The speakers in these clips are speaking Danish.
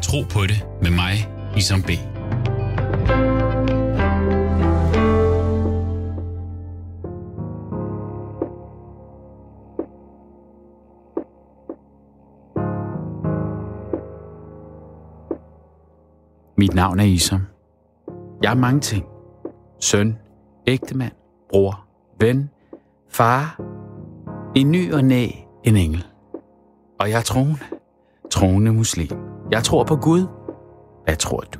Tro på det med mig, Isam B. Mit navn er Isam. Jeg er mange ting. Søn, ægtemand, bror, ven, far, en ny og næ, en engel. Og jeg er troende muslim. Jeg tror på Gud. Hvad tror du?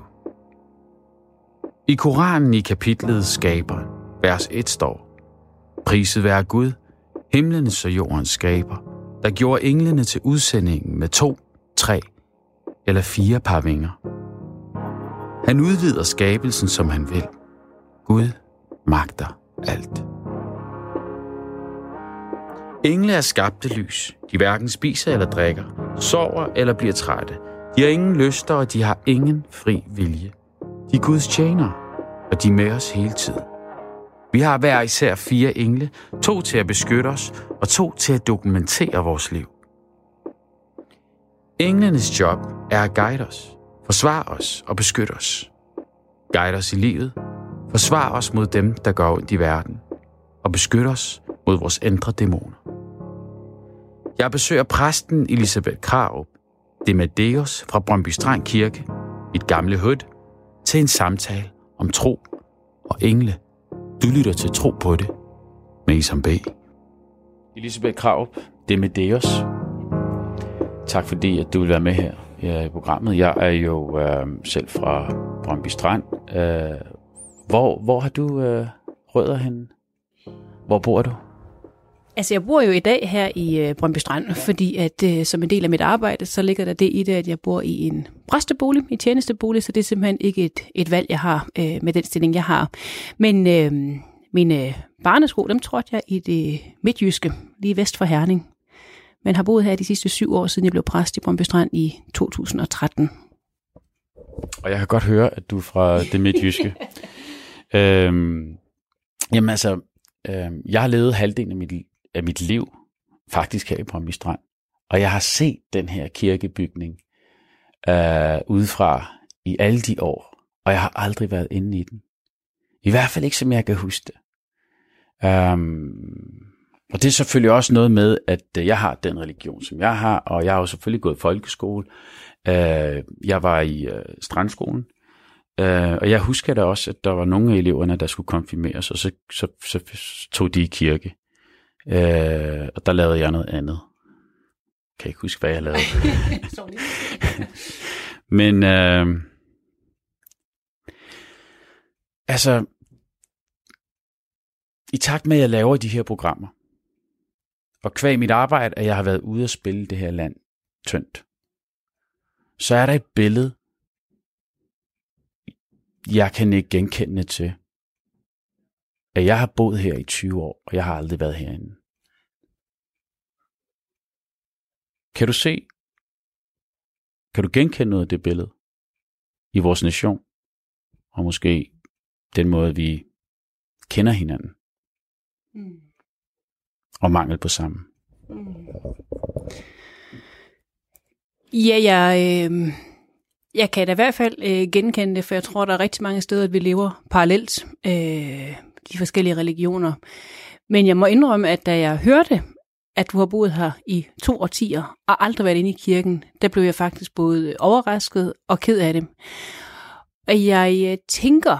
I Koranen i kapitlet Skaberen, vers 1 står: Priset være Gud, himlenes og jordens skaber, der gjorde englene til udsendingen med 2, 3 eller 4 par vinger. Han udvider skabelsen, som han vil. Gud magter alt. Engle er skabte lys. De hverken spiser eller drikker, sover eller bliver trætte. De har ingen lyster, og de har ingen fri vilje. De er Guds tjenere, og de er med os hele tiden. Vi har hver især 4 engle, 2 til at beskytte os, og 2 til at dokumentere vores liv. Englenes job er at guide os, forsvare os og beskytte os. Guide os i livet, forsvare os mod dem, der går ondt i verden, og beskytte os mod vores indre dæmoner. Jeg besøger præsten Elisabeth Krarup, Demedeus fra Brøndby Strand Kirke, mit gamle hood, til en samtale om tro og engle. Du lytter til Tro på det med Isam B. Elisabeth Krarup, Demedeus. Tak fordi, at du vil være med her i programmet. Jeg er jo selv fra Brøndby Strand. Hvor har du rødder henne? Hvor bor du? Altså, jeg bor jo i dag her i Brøndby Strand, fordi at som en del af mit arbejde, så ligger der det i det, at jeg bor i en præstebolig, i tjenestebolig, så det er simpelthen ikke et valg, jeg har med den stilling, jeg har. Men mine barnesko, dem trådte jeg i det midtjyske, lige vest for Herning. Men har boet her de sidste 7 år, siden jeg blev præst i Brøndby Strand i 2013. Og jeg kan godt høre, at du er fra det midtjyske. Jamen altså, jeg har levet halvdelen af mit liv faktisk her i Brøndby Strand. Og jeg har set den her kirkebygning udefra i alle de år. Og jeg har aldrig været inde i den. I hvert fald ikke, som jeg kan huske det. Og det er selvfølgelig også noget med, at jeg har den religion, som jeg har, og jeg har jo selvfølgelig gået i folkeskole. Jeg var i Strandskolen, og jeg husker da også, at der var nogle af eleverne, der skulle konfirmeres, og så tog de i kirke. Og der lavede jeg noget andet. Kan ikke huske, hvad jeg lavede. Men altså, i takt med, at jeg laver de her programmer, og kvæg mit arbejde, at jeg har været ude at spille det her land tyndt, så er der et billede, jeg kan ikke genkende til, at jeg har boet her i 20 år, og jeg har aldrig været herinde. Kan du genkende noget af det billede i vores nation, og måske den måde, vi kender hinanden? Og mangel på samme. Ja, jeg kan da i hvert fald genkende det, for jeg tror, der er rigtig mange steder, at vi lever parallelt, de forskellige religioner. Men jeg må indrømme, at da jeg hørte, at du har boet her i 2 årtier, og aldrig været inde i kirken, der blev jeg faktisk både overrasket og ked af det. Og jeg tænker,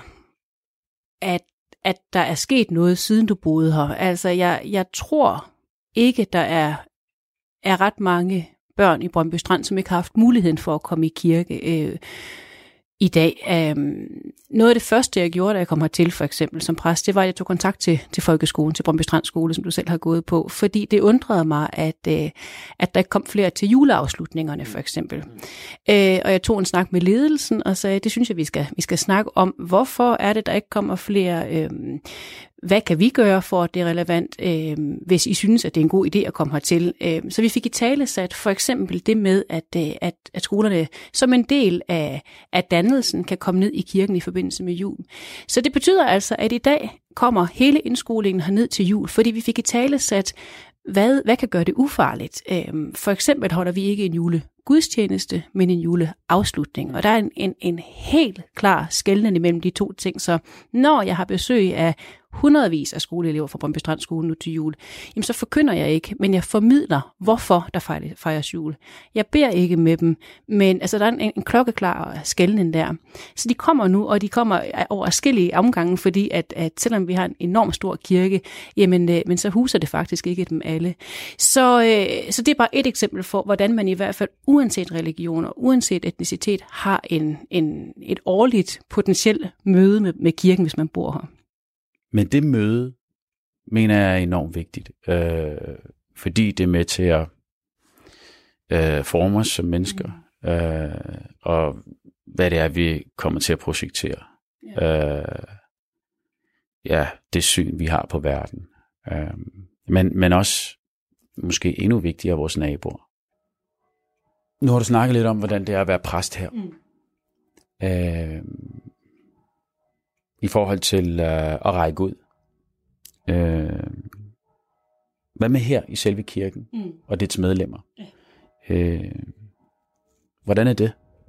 at der er sket noget, siden du boede her. Altså, jeg tror ikke, der er ret mange børn i Brøndby Strand, som ikke har haft muligheden for at komme i kirke i dag. Noget af det første, jeg gjorde, da jeg kom hertil, for eksempel som præst, det var, at jeg tog kontakt til folkeskolen, til Brøndby Strand Skole, som du selv har gået på, fordi det undrede mig, at der ikke kom flere til juleafslutningerne, for eksempel. Og jeg tog en snak med ledelsen og sagde, det synes jeg, vi skal snakke om. Hvorfor er det, der ikke kommer flere? Hvad kan vi gøre for, at det er relevant, hvis I synes, at det er en god idé at komme hertil? Så vi fik i tale sat for eksempel det med, at skolerne som en del af dannelsen kan komme ned i kirken i forbindelse med jul. Så det betyder altså, at i dag kommer hele indskolingen herned til jul, fordi vi fik i tale sat, hvad kan gøre det ufarligt? For eksempel holder vi ikke en julegudstjeneste, men en juleafslutning. Og der er en helt klar skelnen imellem de to ting. Så når jeg har besøg af hundredvis af skoleelever fra Brøndby Strand Skole nu til jul, jamen så forkynder jeg ikke, men jeg formidler, hvorfor der fejres jul. Jeg beder ikke med dem, men altså, der er en klokkeklar skelnen der. Så de kommer nu, og de kommer over forskellige omgange, fordi at selvom vi har en enorm stor kirke, men så huser det faktisk ikke dem alle. Så det er bare et eksempel for, hvordan man i hvert fald, uanset religion og uanset etnicitet, har et årligt potentielt møde med kirken, hvis man bor her. Men det møde, mener jeg er enormt vigtigt, fordi det er med til at forme os som mennesker, og hvad det er, vi kommer til at projektere. Det syn, vi har på verden. Men også, måske endnu vigtigere, vores naboer. Nu har du snakket lidt om, hvordan det er at være præst her. I forhold til at række ud. Hvad med her i selve kirken og dets medlemmer? Hvordan er det?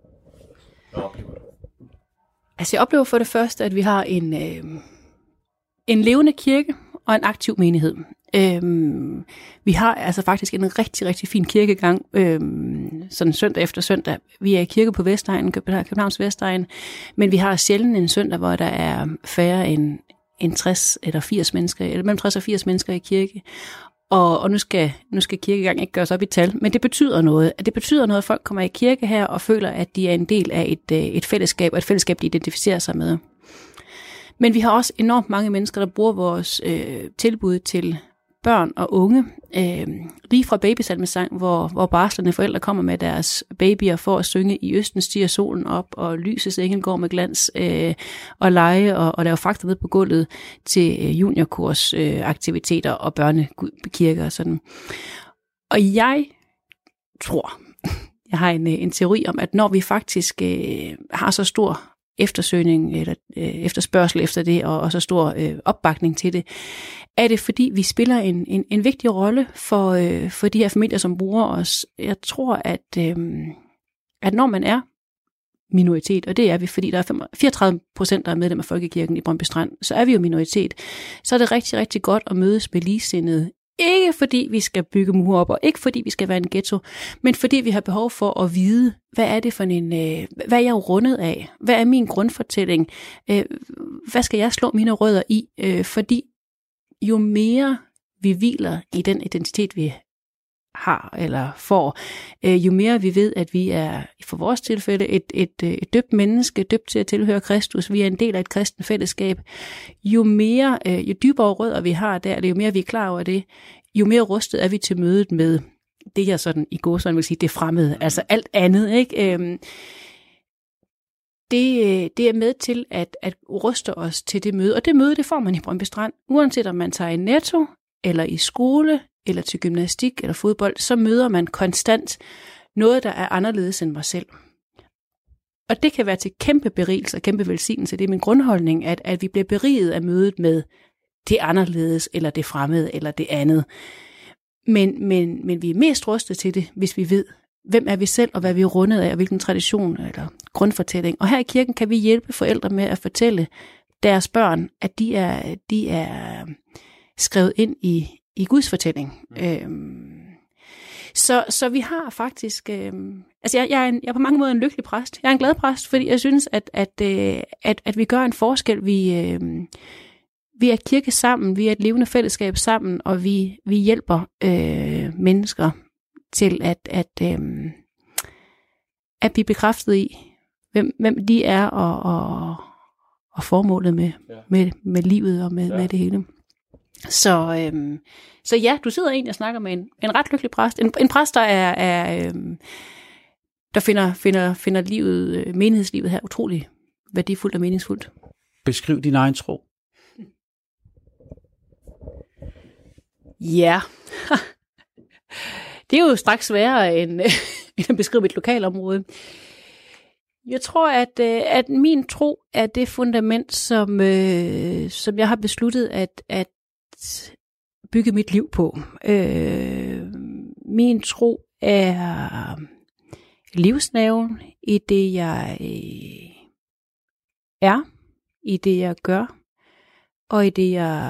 Altså jeg oplever for det første, at vi har en levende kirke og en aktiv menighed. Vi har altså faktisk en rigtig, rigtig fin kirkegang, sådan søndag efter søndag. Vi er i kirke på Vestegnen, Københavns Vestegn, men vi har sjældent en søndag, hvor der er færre end 60 eller 80 mennesker, eller mellem 60 og 80 mennesker i kirke. Og nu skal kirkegang ikke gøres op i tal, men det betyder noget. Det betyder noget, at folk kommer i kirke her og føler, at de er en del af et fællesskab, og et fællesskab, de identificerer sig med. Men vi har også enormt mange mennesker, der bruger vores tilbud til børn og unge. Lige fra babysalmesang, hvor barslende forældre kommer med deres babyer for at synge I østen stiger solen op, og lysets engel går med glans, og lege og lave fakta ned på gulvet til juniorkurs aktiviteter og børnekirker og sådan. Og jeg tror, jeg har en teori om, at når vi faktisk har så stor eftersøgning eller efterspørgsel efter det, og så stor opbakning til det, er det fordi vi spiller en vigtig rolle for de her familier, som bruger os. Jeg tror, at når man er minoritet, og det er vi, fordi der er 34%, der er medlem af Folkekirken i Brøndby Strand, så er vi jo minoritet, så er det rigtig, rigtig godt at mødes med ligesindede. Ikke fordi vi skal bygge mure op, og ikke fordi vi skal være en ghetto, men fordi vi har behov for at vide, hvad er det for hvad er jeg rundet af? Hvad er min grundfortælling? Hvad skal jeg slå mine rødder i? Fordi jo mere vi hviler i den identitet, vi har eller får, jo mere vi ved, at vi er, for vores tilfælde, et døbt menneske, døbt til at tilhøre Kristus, vi er en del af et kristent fællesskab, jo dybere rødder vi har der, eller jo mere vi er klar over det, jo mere rustet er vi til mødet med det, jeg sådan i gåseøjne vil sige, det fremmede, altså alt andet, ikke? Det er med til at ruste os til det møde, og det møde, det får man i Brøndby Strand, uanset om man tager i Netto, eller i skole, eller til gymnastik eller fodbold, så møder man konstant noget, der er anderledes end mig selv. Og det kan være til kæmpe berigelse og kæmpe velsignelse. Det er min grundholdning, at vi bliver beriget af mødet med det anderledes, eller det fremmede, eller det andet. Men vi er mest rustet til det, hvis vi ved, hvem er vi selv, og hvad er vi rundet af, og hvilken tradition eller grundfortælling. Og her i kirken kan vi hjælpe forældre med at fortælle deres børn, at de er skrevet ind i Guds fortælling. Så vi har faktisk... jeg er på mange måder en lykkelig præst. Jeg er en glad præst, fordi jeg synes, at vi gør en forskel. Vi er et kirke sammen, vi er et levende fællesskab sammen, og vi hjælper mennesker til at blive bekræftet i, hvem de er, og formålet med livet og med det hele. Så ja, du sidder egentlig og snakker med en ret lykkelig præst. En præst, der finder livet, menighedslivet her utrolig værdifuldt og meningsfuldt. Beskriv din egen tro. Ja. Det er jo straks sværere end at beskrive et lokalområde. Jeg tror, at min tro er det fundament, som jeg har besluttet at bygge mit liv på. Min tro er livsnerven i det, jeg er, i det, jeg gør, og i det,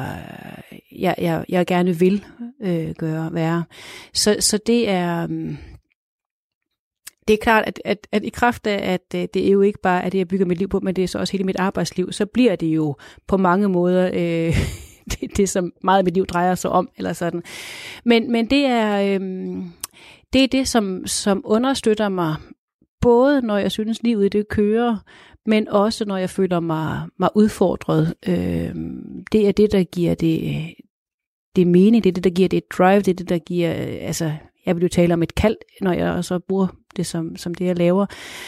jeg gerne vil være. Så det er... Det er klart, at i kraft af, at det er jo ikke bare, at det, jeg bygger mit liv på, men det er så også hele mit arbejdsliv, så bliver det jo på mange måder det, som meget af mit liv drejer sig om, eller sådan. Men det er det, som understøtter mig, både når jeg synes, livet det kører, men også når jeg føler mig udfordret. Det er det, der giver det mening, det er det, der giver det drive, det er det, der giver... altså jeg vil jo tale om et kald, når jeg så bruger det som det, jeg laver.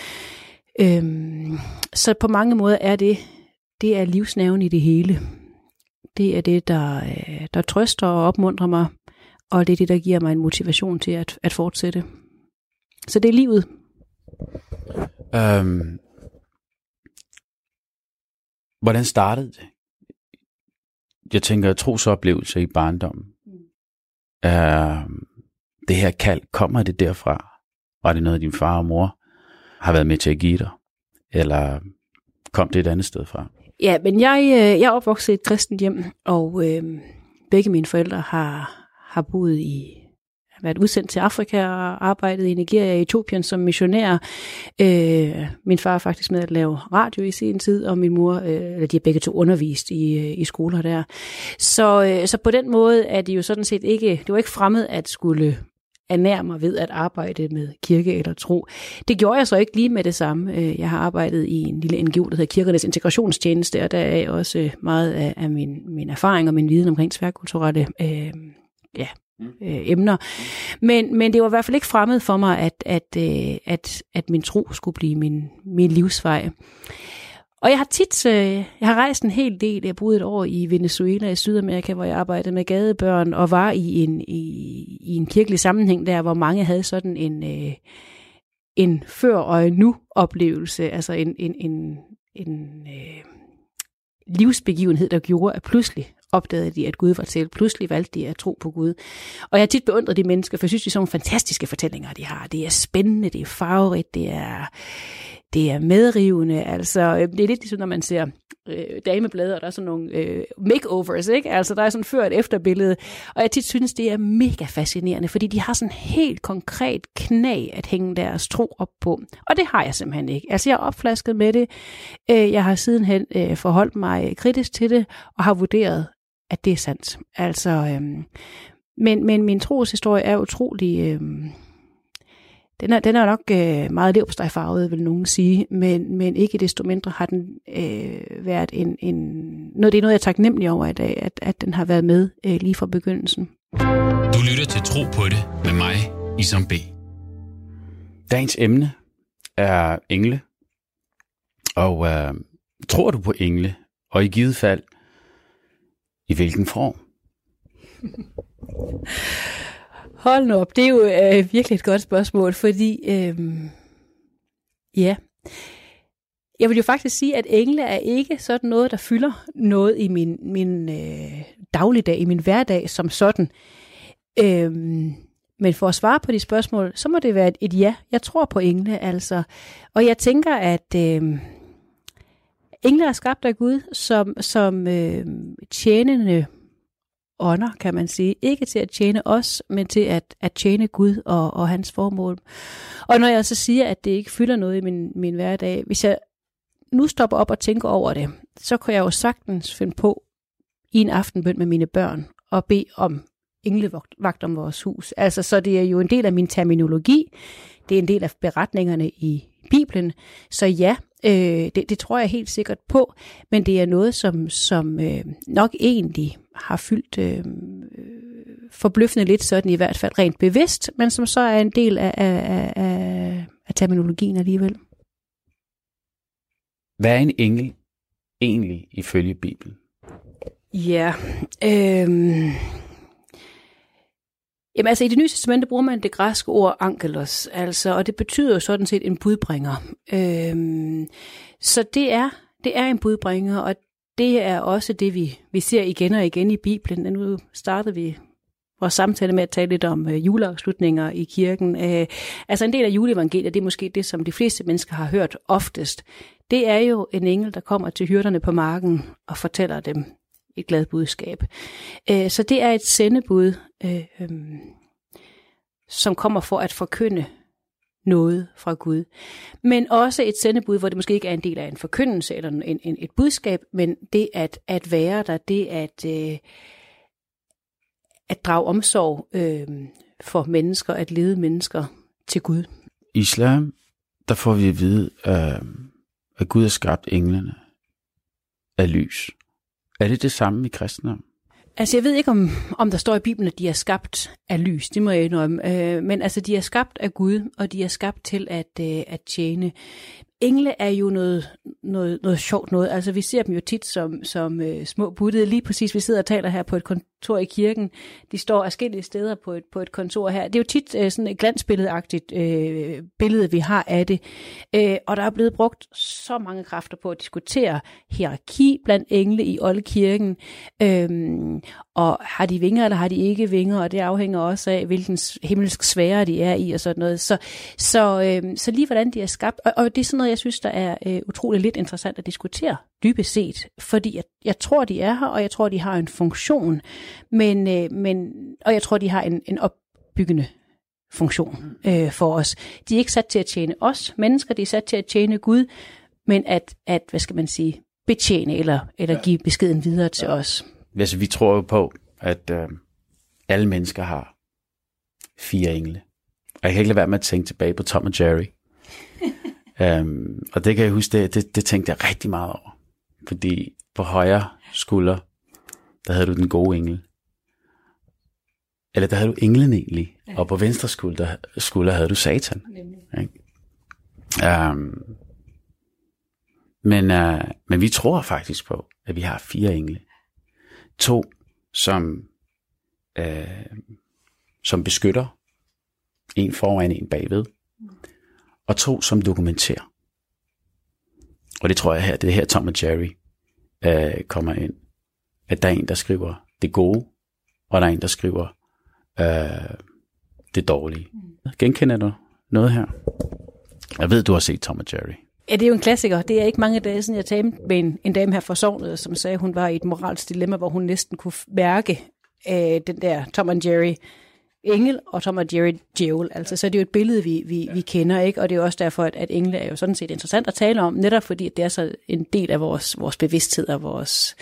Så på mange måder er det er livsnerven i det hele. Det er det, der trøster og opmuntrer mig, og det er det, der giver mig en motivation til at fortsætte. Så det er livet. Hvordan startede det? Jeg tænker, trosoplevelser i barndommen. Det her kald, kommer det derfra? Var det noget, din far og mor har været med til at give dig? Eller kom det et andet sted fra? Ja, men jeg er opvokset i et kristent hjem, og begge mine forældre har boet har været udsendt til Afrika og arbejdet i Nigeria og Etiopien som missionær. Min far er faktisk med at lave radio i sin tid, og min mor, de har begge to undervist i skoler der. Så på den måde er det jo sådan set ikke, det var ikke fremmed at skulle ernære mig ved at arbejde med kirke eller tro. Det gjorde jeg så ikke lige med det samme. Jeg har arbejdet i en lille NGO, der hedder Kirkernes Integrationstjeneste, og der er også meget af min erfaring og min viden omkring tværkulturelle emner. Men det var i hvert fald ikke fremmed for mig, at min tro skulle blive min livsvej. Og jeg har rejst en hel del. Jeg boede et år i Venezuela i Sydamerika, hvor jeg arbejdede med gadebørn, og var i en kirkelig sammenhæng der, hvor mange havde sådan en før og en nu oplevelse, altså en livsbegivenhed, der gjorde, at pludselig opdagede de, at Gud var til. Pludselig valgte de at tro på Gud. Og jeg har tit beundret de mennesker, for jeg synes, de er sådan nogle fantastiske fortællinger, de har. Det er spændende, det er farverigt, det er medrivende. Altså, det er lidt ligesom, når man ser dameblade, og der er sådan nogle makeovers, ikke? Altså, der er sådan før- og efterbillede. Og jeg tit synes, det er mega fascinerende, fordi de har sådan helt konkret knag at hænge deres tro op på. Og det har jeg simpelthen ikke. Altså, jeg er opflasket med det. Jeg har sidenhen forholdt mig kritisk til det, og har vurderet, at det er sandt. Altså, men min troshistorie er utrolig... Den er nok meget leverpostejfarvet, vil nogen sige, men ikke desto mindre har den været noget, det er noget, jeg er taknemmelig over i dag, at den har været med lige fra begyndelsen. Du lytter til Tro på det med mig, Isam B. Dagens emne er engle. Og tror du på engle? Og i givet fald, i hvilken form? Hold nu op, det er jo virkelig et godt spørgsmål, fordi ja, jeg vil jo faktisk sige, at engle er ikke sådan noget, der fylder noget i min dagligdag, i min hverdag som sådan. Men for at svare på de spørgsmål, så må det være et ja. Jeg tror på engle, altså. Og jeg tænker, at engle er skabt af Gud som tjenende ånder, kan man sige. Ikke til at tjene os, men til at tjene Gud og hans formål. Og når jeg så siger, at det ikke fylder noget i min hverdag, hvis jeg nu stopper op og tænker over det, så kan jeg jo sagtens finde på i en aftenbøn med mine børn og bede om englevagt om vores hus. Altså, så det er jo en del af min terminologi. Det er en del af beretningerne i Bibelen. Så ja, det tror jeg helt sikkert på, men det er noget, som nok egentlig har fyldt forbløffende lidt, sådan i hvert fald rent bevidst, men som så er en del af terminologien alligevel. Hvad er en engel egentlig ifølge Bibelen? Ja, jamen altså i Det Nye Testamente bruger man det græske ord angelos, altså, og det betyder jo sådan set en budbringer. Så det er en budbringer, og det er også det, vi ser igen og igen i Bibelen. Nu startede vi vores samtale med at tale lidt om juleafslutninger i kirken. Altså en del af juleevangeliet, det er måske det, som de fleste mennesker har hørt oftest. Det er jo en engel, der kommer til hyrderne på marken og fortæller dem et glad budskab. Så det er et sendebud, som kommer for at forkynde noget fra Gud. Men også et sendebud, hvor det måske ikke er en del af en forkyndelse eller et budskab, men det at være der, det at drage omsorg for mennesker, at lede mennesker til Gud. I islam, der får vi at vide, at Gud har skabt englene af lys. Er det det samme i kristendom? Altså jeg ved ikke, om der står i Bibelen, at de er skabt af lys, det må jeg indrømme. Men altså de er skabt af Gud, og de er skabt til at tjene. Engle er jo noget sjovt noget. Altså vi ser dem jo tit som små buttede. Lige præcis, vi sidder og taler her på et kontor i kirken. De står forskellige steder på et kontor her. Det er jo tit sådan et glansbilledagtigt billede, vi har af det. Og der er blevet brugt så mange kræfter på at diskutere hierarki blandt engle i oldkirken. Og har de vinger, eller har de ikke vinger? Og det afhænger også af, hvilken himmelsk sfære de er i og sådan noget. Så lige hvordan de er skabt. Og det er sådan noget, jeg synes, der er utroligt lidt interessant at diskutere, dybest set. Fordi jeg tror, de er her, og jeg tror, de har en funktion. Og jeg tror, de har en opbyggende funktion for os. De er ikke sat til at tjene os mennesker, de er sat til at tjene Gud, men at hvad skal man sige, betjene eller give beskeden videre til os. Altså, vi tror jo på, at alle mennesker har 4 engle. Og jeg kan ikke lade være med at tænke tilbage på Tom og Jerry. Og det kan jeg huske, det tænkte jeg rigtig meget over. Fordi på højre skulder, der havde du den gode engel. Eller der havde du englen egentlig. Ja. Og på venstre skulder havde du Satan. Men vi tror faktisk på, at vi har 4 engle. 2, som beskytter. En foran, en bagved. Og 2, som dokumenterer. Og det tror jeg her, det er her Tom og Jerry kommer ind. At der er en, der skriver det gode, og der er en, der skriver det dårlige. Genkender du noget her? Jeg ved, du har set Tom og Jerry. Ja, det er jo en klassiker. Det er ikke mange dage siden, jeg talte med en dame her fra sognet, som sagde, at hun var i et moralsk dilemma, hvor hun næsten kunne mærke den der Tom og Jerry engel og Tom og Jerry djævel. Altså, så er det jo et billede, vi kender, ikke? Og det er jo også derfor, at engle er jo sådan set interessant at tale om, netop fordi det er så en del af vores bevidsthed og vores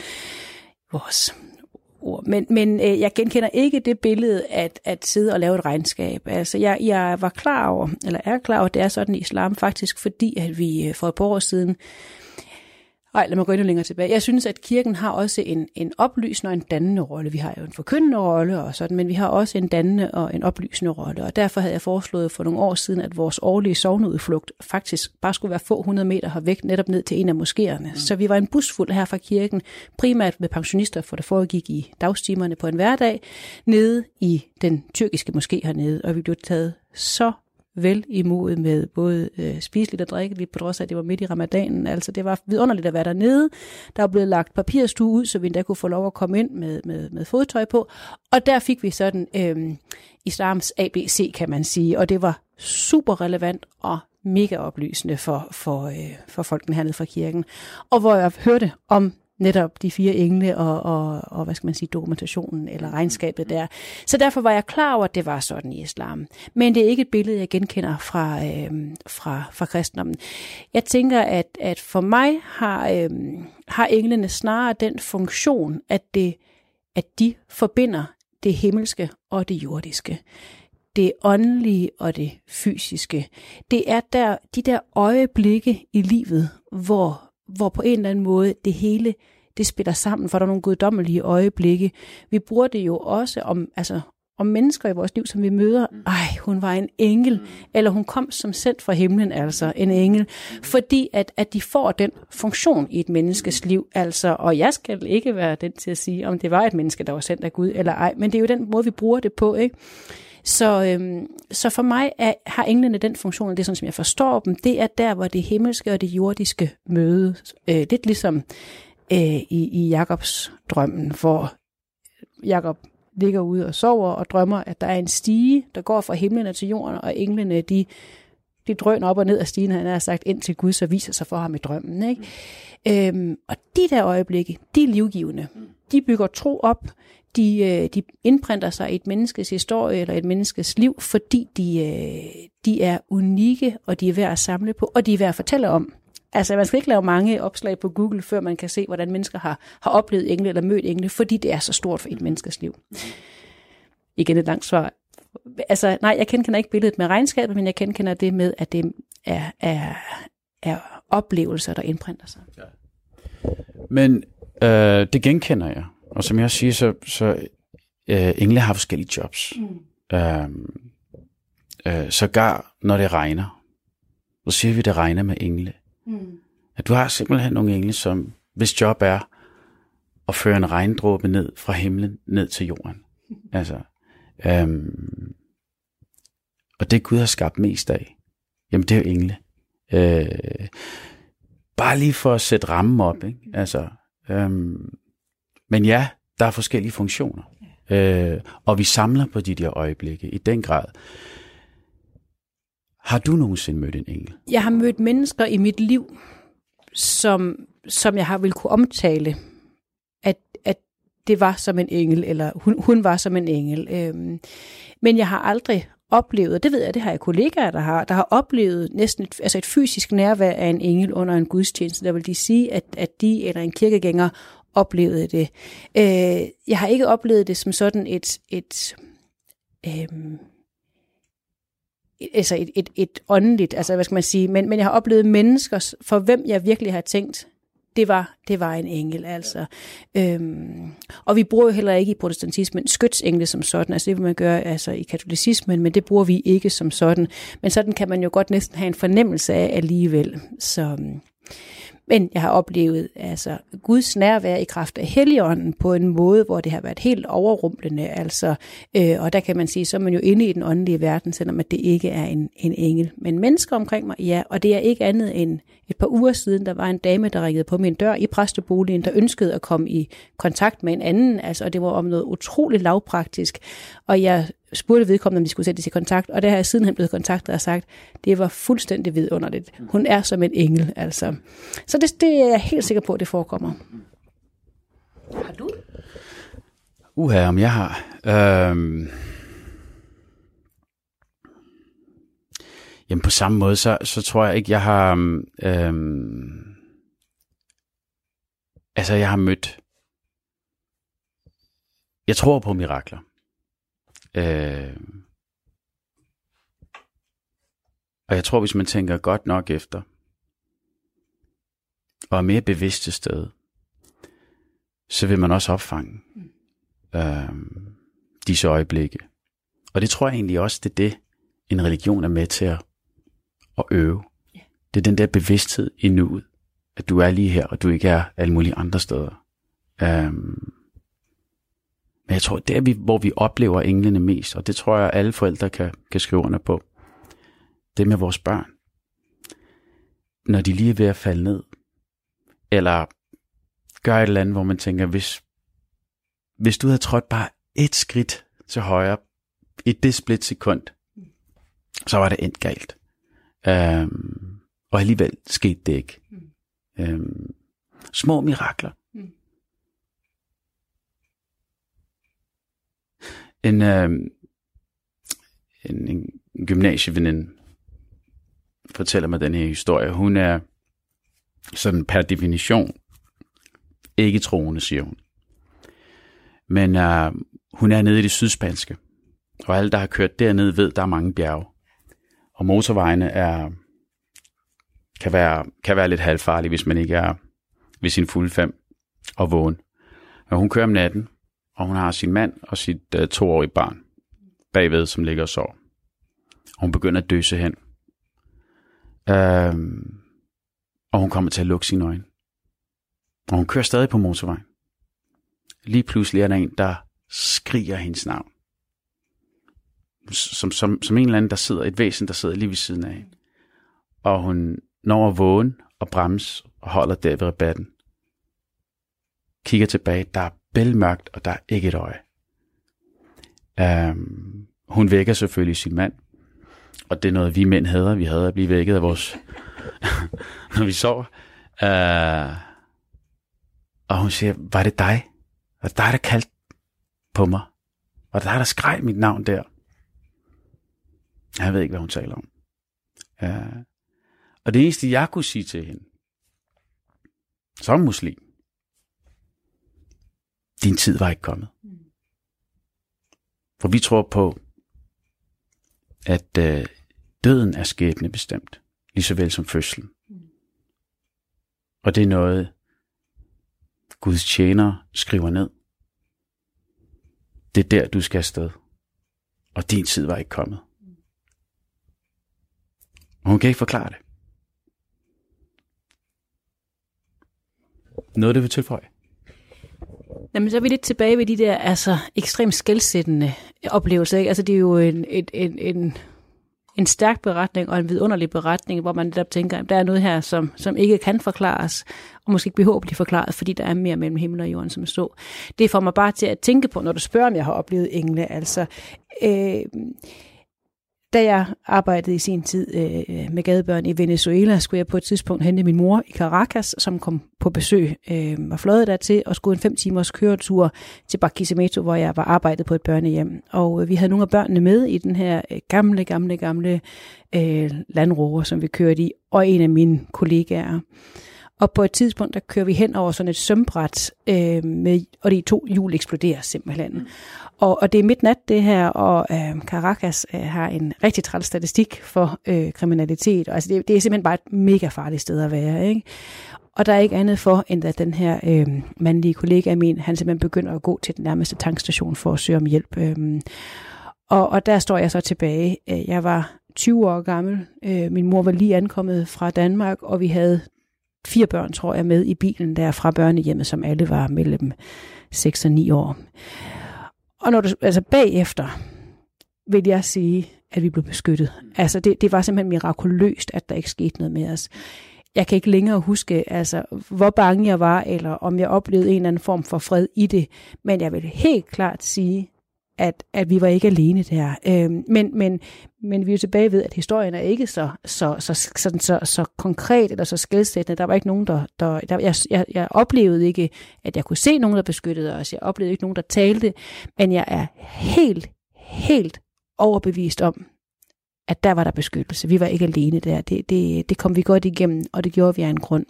ord. Men jeg genkender ikke det billede at sidde og lave et regnskab. Altså, jeg var klar over, eller er klar over, at det er sådan i islam faktisk, fordi at vi for et par år siden. Lad mig gå endnu længere tilbage. Jeg synes, at kirken har også en oplysende og en dannende rolle. Vi har jo en forkyndende rolle og sådan, men vi har også en dannende og en oplysende rolle. Og derfor havde jeg foreslået for nogle år siden, at vores årlige sogneudflugt faktisk bare skulle være få 100 meter hervæk, netop ned til en af moskéerne. Så vi var en busfuld her fra kirken, primært med pensionister, for det foregik i dagstimerne på en hverdag, nede i den tyrkiske moské hernede. Og vi blev taget så vel imod med både spiseligt og drikkeligt, på trods af, at det var midt i ramadanen. Altså, det var vidunderligt at være dernede. Der var blevet lagt papirstue ud, så vi endda kunne få lov at komme ind med fodtøj på. Og der fik vi sådan islams ABC, kan man sige. Og det var super relevant og mega oplysende for folkene hernede fra kirken. Og hvor jeg hørte om netop de 4 engle og hvad skal man sige, dokumentationen eller regnskabet der. Så derfor var jeg klar over, at det var sådan i islam. Men det er ikke et billede, jeg genkender fra kristendommen. Jeg tænker, at for mig har englene snarere den funktion, at de forbinder det himmelske og det jordiske. Det åndelige og det fysiske. Det er de der øjeblikke i livet, hvor på en eller anden måde det hele det spiller sammen, for der er nogle guddommelige øjeblikke. Vi bruger det jo også om mennesker i vores liv, som vi møder. Hun var en engel, eller hun kom som sendt fra himlen, altså en engel, fordi at de får den funktion i et menneskes liv, altså, og jeg skal ikke være den til at sige, om det var et menneske, der var sendt af Gud eller ej, men det er jo den måde, vi bruger det på, ikke? Så for mig har englene den funktion, og det er sådan, som jeg forstår dem, det er der, hvor det himmelske og det jordiske mødes. Lidt ligesom i Jakobs drømmen, hvor Jakob ligger ude og sover og drømmer, at der er en stige, der går fra himlen til jorden, og englene, de drøner op og ned af stigen, han har sagt, ind til Gud, så viser sig for ham i drømmen. Ikke? Og de der øjeblikke, de er livgivende. De bygger tro op, de indprinter sig i et menneskes historie eller et menneskes liv, fordi de er unikke, og de er værd at samle på, og de er værd at fortælle om. Altså, man skal ikke lave mange opslag på Google, før man kan se, hvordan mennesker har oplevet engle eller mødt engle, fordi det er så stort for et menneskes liv. Igen et langt svar. Altså, nej, jeg kender ikke billedet med regnskabet, men jeg kender det med, at det er oplevelser, der indprinter sig. Ja. Men det genkender jeg. Og som jeg siger, så engle har forskellige jobs. Sågar når det regner, så siger vi, at det regner med engle. At du har simpelthen nogle engle, som hvis job er at føre en regndråbe ned fra himlen ned til jorden. Altså, og det Gud har skabt mest af, jamen det er jo engle. Bare lige for at sætte rammen op, ikke? Altså, men ja, der er forskellige funktioner. Og vi samler på de der øjeblikke i den grad. Har du nogensinde mødt en engel? Jeg har mødt mennesker i mit liv, som jeg har vil kunne omtale, at det var som en engel, eller hun var som en engel. Men jeg har aldrig oplevet, og det ved jeg, det har jeg kollegaer, der har oplevet næsten et fysisk nærvær af en engel under en gudstjeneste. Der vil de sige, at de eller en kirkegænger oplevede det. Jeg har ikke oplevet det som sådan et åndeligt, altså hvad skal man sige, men jeg har oplevet mennesker, for hvem jeg virkelig har tænkt, det var en engel, altså. Og vi bruger jo heller ikke i protestantismen skytsengle som sådan, altså det vil man gøre altså i katolicismen, men det bruger vi ikke som sådan. Men sådan kan man jo godt næsten have en fornemmelse af alligevel. Men jeg har oplevet altså Guds nærvær i kraft af Helligånden på en måde, hvor det har været helt overrumplende. Altså, og der kan man sige, så er man jo inde i den åndelige verden, selvom at det ikke er en engel. Men mennesker omkring mig, ja, og det er ikke andet end et par uger siden, der var en dame, der ringede på min dør i præsteboligen, der ønskede at komme i kontakt med en anden, altså, og det var om noget utroligt lavpraktisk. Og jeg spurgte vedkommende, om de skulle sættes i kontakt, og der har jeg sidenhen blevet kontaktet og sagt, det var fuldstændig vidunderligt. Hun er som en engel, altså. Så det er jeg helt sikker på, at det forekommer. Har du? Om jeg har. Jamen på samme måde, så tror jeg ikke, jeg har... jeg har mødt... Jeg tror på mirakler. Og jeg tror, hvis man tænker godt nok efter, og er mere bevidst til stede, så vil man også opfange disse øjeblikke. Og det tror jeg egentlig også, det er det, en religion er med til at øve. Det er den der bevidsthed i nuet, at du er lige her, og du ikke er alle mulige andre steder. Men jeg tror, det er hvor vi oplever englene mest, og det tror jeg, alle forældre kan skrive under på. Det med vores børn. Når de lige er ved at falde ned, eller gør et eller andet, hvor man tænker, hvis du havde trådt bare et skridt til højre, i det splitsekund, så var det endt galt. Og alligevel skete det ikke. Små mirakler. En gymnasieveninde fortæller mig den her historie. Hun er sådan per definition ikke troende, siger hun. Men hun er nede i det sydspanske. Og alle, der har kørt dernede, ved, der er mange bjerge. Og motorvejene kan være lidt halvfarlige, hvis man ikke er ved sin fulde 5 og vågen. Og hun kører om natten, og hun har sin mand og sit 2-årige barn bagved, som ligger og sover. Og hun begynder at døse hen. Og hun kommer til at lukke sine øjne. Og hun kører stadig på motorvejen. Lige pludselig er der en, der skriger hendes navn. Som en eller anden, der sidder, et væsen, der sidder lige ved siden af hende. Og hun når at vågne og bremse og holder der ved rabatten. Kigger tilbage, der er bælmørkt, og der er ikke et øje. Hun vækker selvfølgelig sin mand, og det er noget, vi mænd hader. Vi hader at blive vækket af vores, når vi sover. Og hun siger, var det dig? Var det dig, der kaldte på mig? Var det dig, der skreg mit navn der? Jeg ved ikke, hvad hun taler om. Og det eneste, jeg kunne sige til hende, som muslim, din tid var ikke kommet. For vi tror på, at døden er skæbnebestemt, lige så vel som fødslen. Og det er noget, Guds tjenere skriver ned. Det er der, du skal afsted. Og din tid var ikke kommet. Og hun kan ikke forklare det. Noget, det vil tilføje. Jamen, så er vi lidt tilbage ved de der ekstremt skelsættende oplevelser. Ikke? Altså, det er jo en stærk beretning og en vidunderlig beretning, hvor man netop tænker, at der er noget her, som ikke kan forklares, og måske ikke behøver at blive forklaret, fordi der er mere mellem himmel og jorden, som står. Det får mig bare til at tænke på, når du spørger, om jeg har oplevet engle. Altså, da jeg arbejdede i sin tid med gadebørn i Venezuela, skulle jeg på et tidspunkt hente min mor i Caracas, som kom på besøg og fløjet dertil, og skulle en 5 timers køretur til Barquisimeto, hvor jeg var arbejdet på et børnehjem. Og vi havde nogle af børnene med i den her gamle Land Rover, som vi kørte i, og en af mine kollegaer. Og på et tidspunkt, der kører vi hen over sådan et sømbræt, og de 2 hjul eksploderer simpelthen. Og det er midnat det her, og Caracas har en rigtig træls statistik for kriminalitet. Og, altså det er simpelthen bare et mega farligt sted at være, ikke? Og der er ikke andet for, end at den her mandlige kollega af min, han simpelthen begynder at gå til den nærmeste tankstation for at søge om hjælp. Og der står jeg så tilbage. Jeg var 20 år gammel. Min mor var lige ankommet fra Danmark, og vi havde 4 børn, tror jeg, med i bilen der fra børnehjemmet, som alle var mellem 6 og 9 år. Og når du, altså bagefter vil jeg sige, at vi blev beskyttet. Altså det var simpelthen mirakuløst, at der ikke skete noget med os. Jeg kan ikke længere huske, altså, hvor bange jeg var, eller om jeg oplevede en eller anden form for fred i det. Men jeg vil helt klart sige, at vi var ikke alene der. Men vi er jo tilbage ved, at historien er ikke så konkret eller så skelsættende. Der var ikke nogen, jeg oplevede ikke, at jeg kunne se nogen, der beskyttede os. Jeg oplevede ikke nogen, der talte. Men jeg er helt overbevist om, at der var der beskyttelse. Vi var ikke alene der. Det kom vi godt igennem, og det gjorde vi af en grund.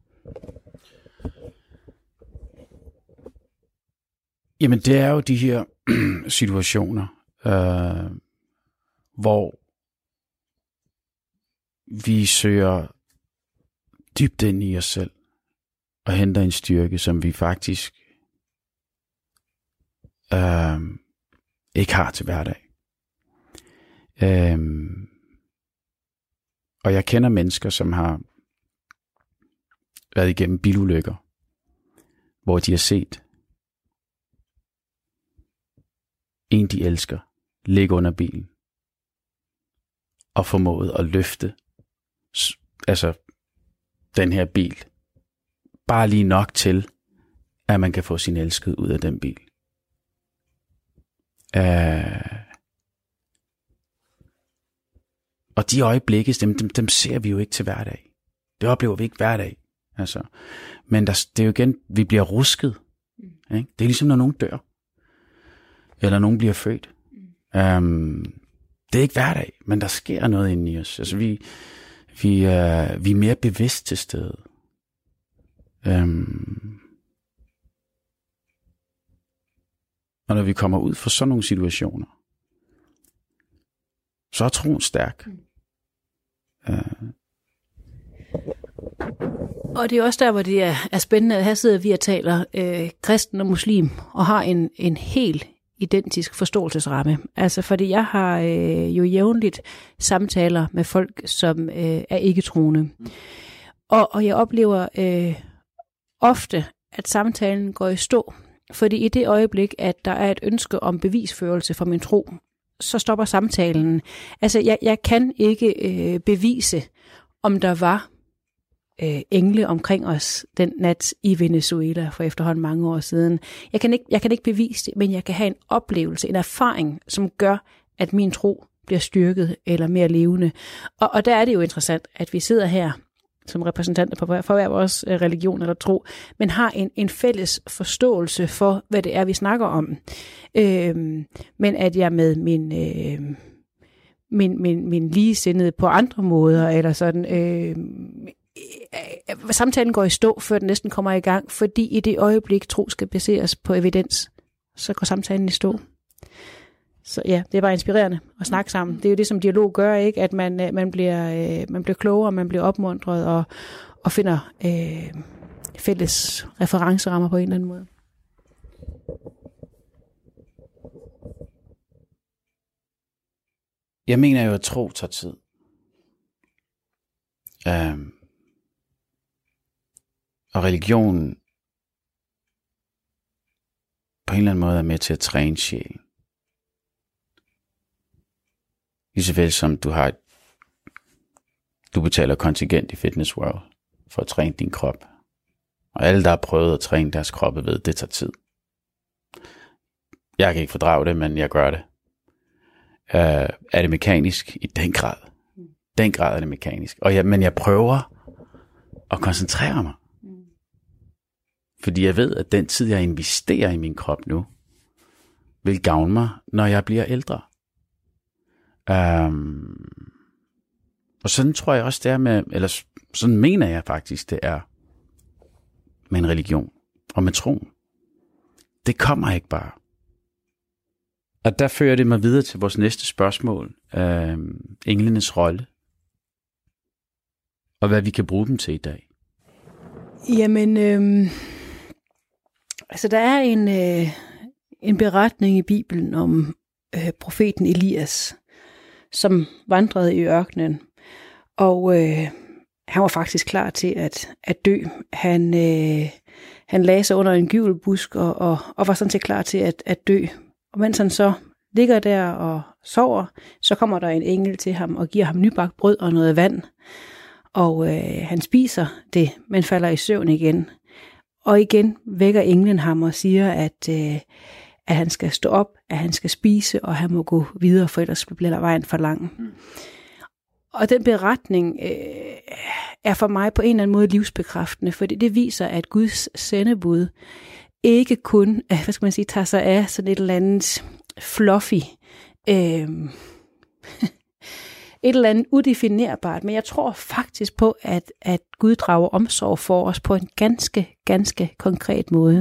Jamen, det er jo de her situationer, hvor vi søger dybt ind i os selv og henter en styrke, som vi faktisk ikke har til hverdag. Og jeg kender mennesker, som har været igennem bilulykker, hvor de har set en, de elsker, ligge under bilen og formået at løfte den her bil bare lige nok til, at man kan få sin elskede ud af den bil. Og de øjeblikke, dem ser vi jo ikke til hverdag. Det oplever vi ikke hver dag. Altså. Men det er jo igen, vi bliver rusket. Ikke? Det er ligesom, når nogen dør. Eller nogen bliver født. Det er ikke hverdag, men der sker noget inde i os. Altså vi er mere bevidst til stede. Og når vi kommer ud for sådan nogle situationer, så er troen stærk. Og det er også der, hvor det er spændende, at her sidder vi og taler kristen og muslim, og har en helt identisk forståelsesramme. Altså fordi jeg har jo jævnligt samtaler med folk, som er ikke-troende. Og jeg oplever ofte, at samtalen går i stå. Fordi i det øjeblik, at der er et ønske om bevisførelse for min tro, så stopper samtalen. Altså jeg kan ikke bevise, om der var engle omkring os den nat i Venezuela for efterhånden mange år siden. Jeg kan ikke bevise det, men jeg kan have en oplevelse, en erfaring, som gør, at min tro bliver styrket eller mere levende. Og der er det jo interessant, at vi sidder her som repræsentanter for hver vores religion eller tro, men har en fælles forståelse for, hvad det er, vi snakker om. Men at jeg med min ligesindede på andre måder, eller sådan, samtalen går i stå, før den næsten kommer i gang, fordi i det øjeblik, tro skal baseres på evidens, så går samtalen i stå. Så ja, det er bare inspirerende at snakke sammen. Det er jo det, som dialog gør, ikke? At man bliver klogere, man bliver opmuntret og finder fælles referencerammer på en eller anden måde. Jeg mener jo, at tro tager tid. Og religionen på en eller anden måde er med til at træne sjælen. Lige så vel som du betaler kontingent i Fitness World for at træne din krop. Og alle, der har prøvet at træne deres kroppe, ved, det tager tid. Jeg kan ikke fordrage det, men jeg gør det. Er det mekanisk? I den grad. Den grad er det mekanisk. Men jeg prøver at koncentrere mig. Fordi jeg ved, at den tid, jeg investerer i min krop nu, vil gavne mig, når jeg bliver ældre. Og sådan tror jeg også, det er med, eller sådan mener jeg faktisk, det er med en religion og med troen. Det kommer ikke bare. Og der fører det mig videre til vores næste spørgsmål. Englenes rolle. Og hvad vi kan bruge dem til i dag. Jamen, altså der er en beretning i Bibelen om profeten Elias, som vandrede i ørkenen. Og han var faktisk klar til at dø. Han lagde sig under en gyvelbusk og var sådan set klar til at dø. Og mens han så ligger der og sover, så kommer der en engel til ham og giver ham nybagt brød og noget vand. Og han spiser det, men falder i søvn igen. Og igen vækker englen ham og siger, at han skal stå op, at han skal spise, og han må gå videre, for ellers bliver der vejen for lang. Og den beretning er for mig på en eller anden måde livsbekræftende, for det viser, at Guds sendebud ikke kun, tager sig af sådan et eller andet fluffy, et eller andet udefinerbart, men jeg tror faktisk på, at Gud drager omsorg for os på en ganske, ganske konkret måde.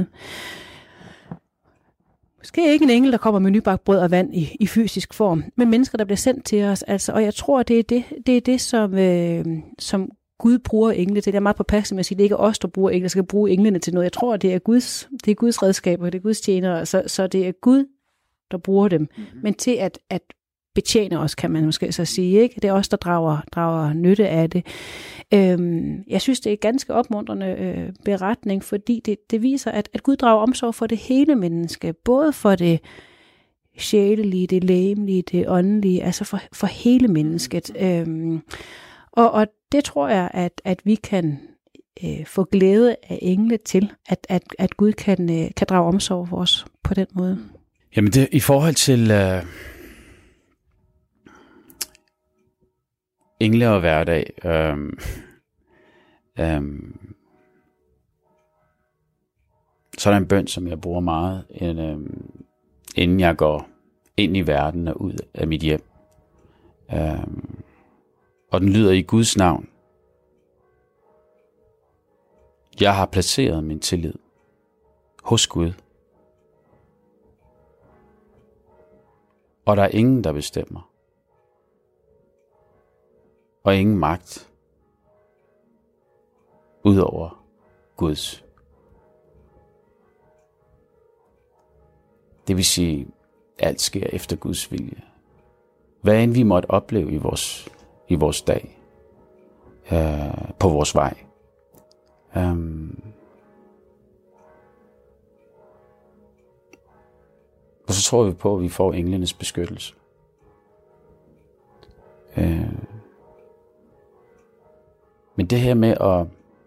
Måske ikke en engel, der kommer med nybagt brød og vand i fysisk form, men mennesker, der bliver sendt til os. Altså, og jeg tror, det er det som Gud bruger engle til. Det er meget påpassende med at sige, det er ikke os, der bruger engle, der skal bruge englene til noget. Jeg tror, det er Guds redskaber, det er Guds tjenere, så det er Gud, der bruger dem. Mm-hmm. Men til at betjene os, kan man måske så sige, ikke? Det er os, der drager nytte af det. Jeg synes, det er en ganske opmuntrende beretning, fordi det viser, at Gud drager omsorg for det hele menneske, både for det sjælelige, det legemlige, det åndelige, altså for hele mennesket. Og det tror jeg, at vi kan få glæde af engle til, at Gud kan drage omsorg for os på den måde. Jamen det i forhold til engle og hverdag, så er der en bøn, som jeg bruger meget, inden jeg går ind i verden og ud af mit hjem. Og den lyder i Guds navn. Jeg har placeret min tillid hos Gud. Og der er ingen, der bestemmer. Og ingen magt udover Guds. Det vil sige, alt sker efter Guds vilje. Hvad end vi måtte opleve i vores dag, på vores vej. Og så tror vi på, at vi får englenes beskyttelse. Men det her med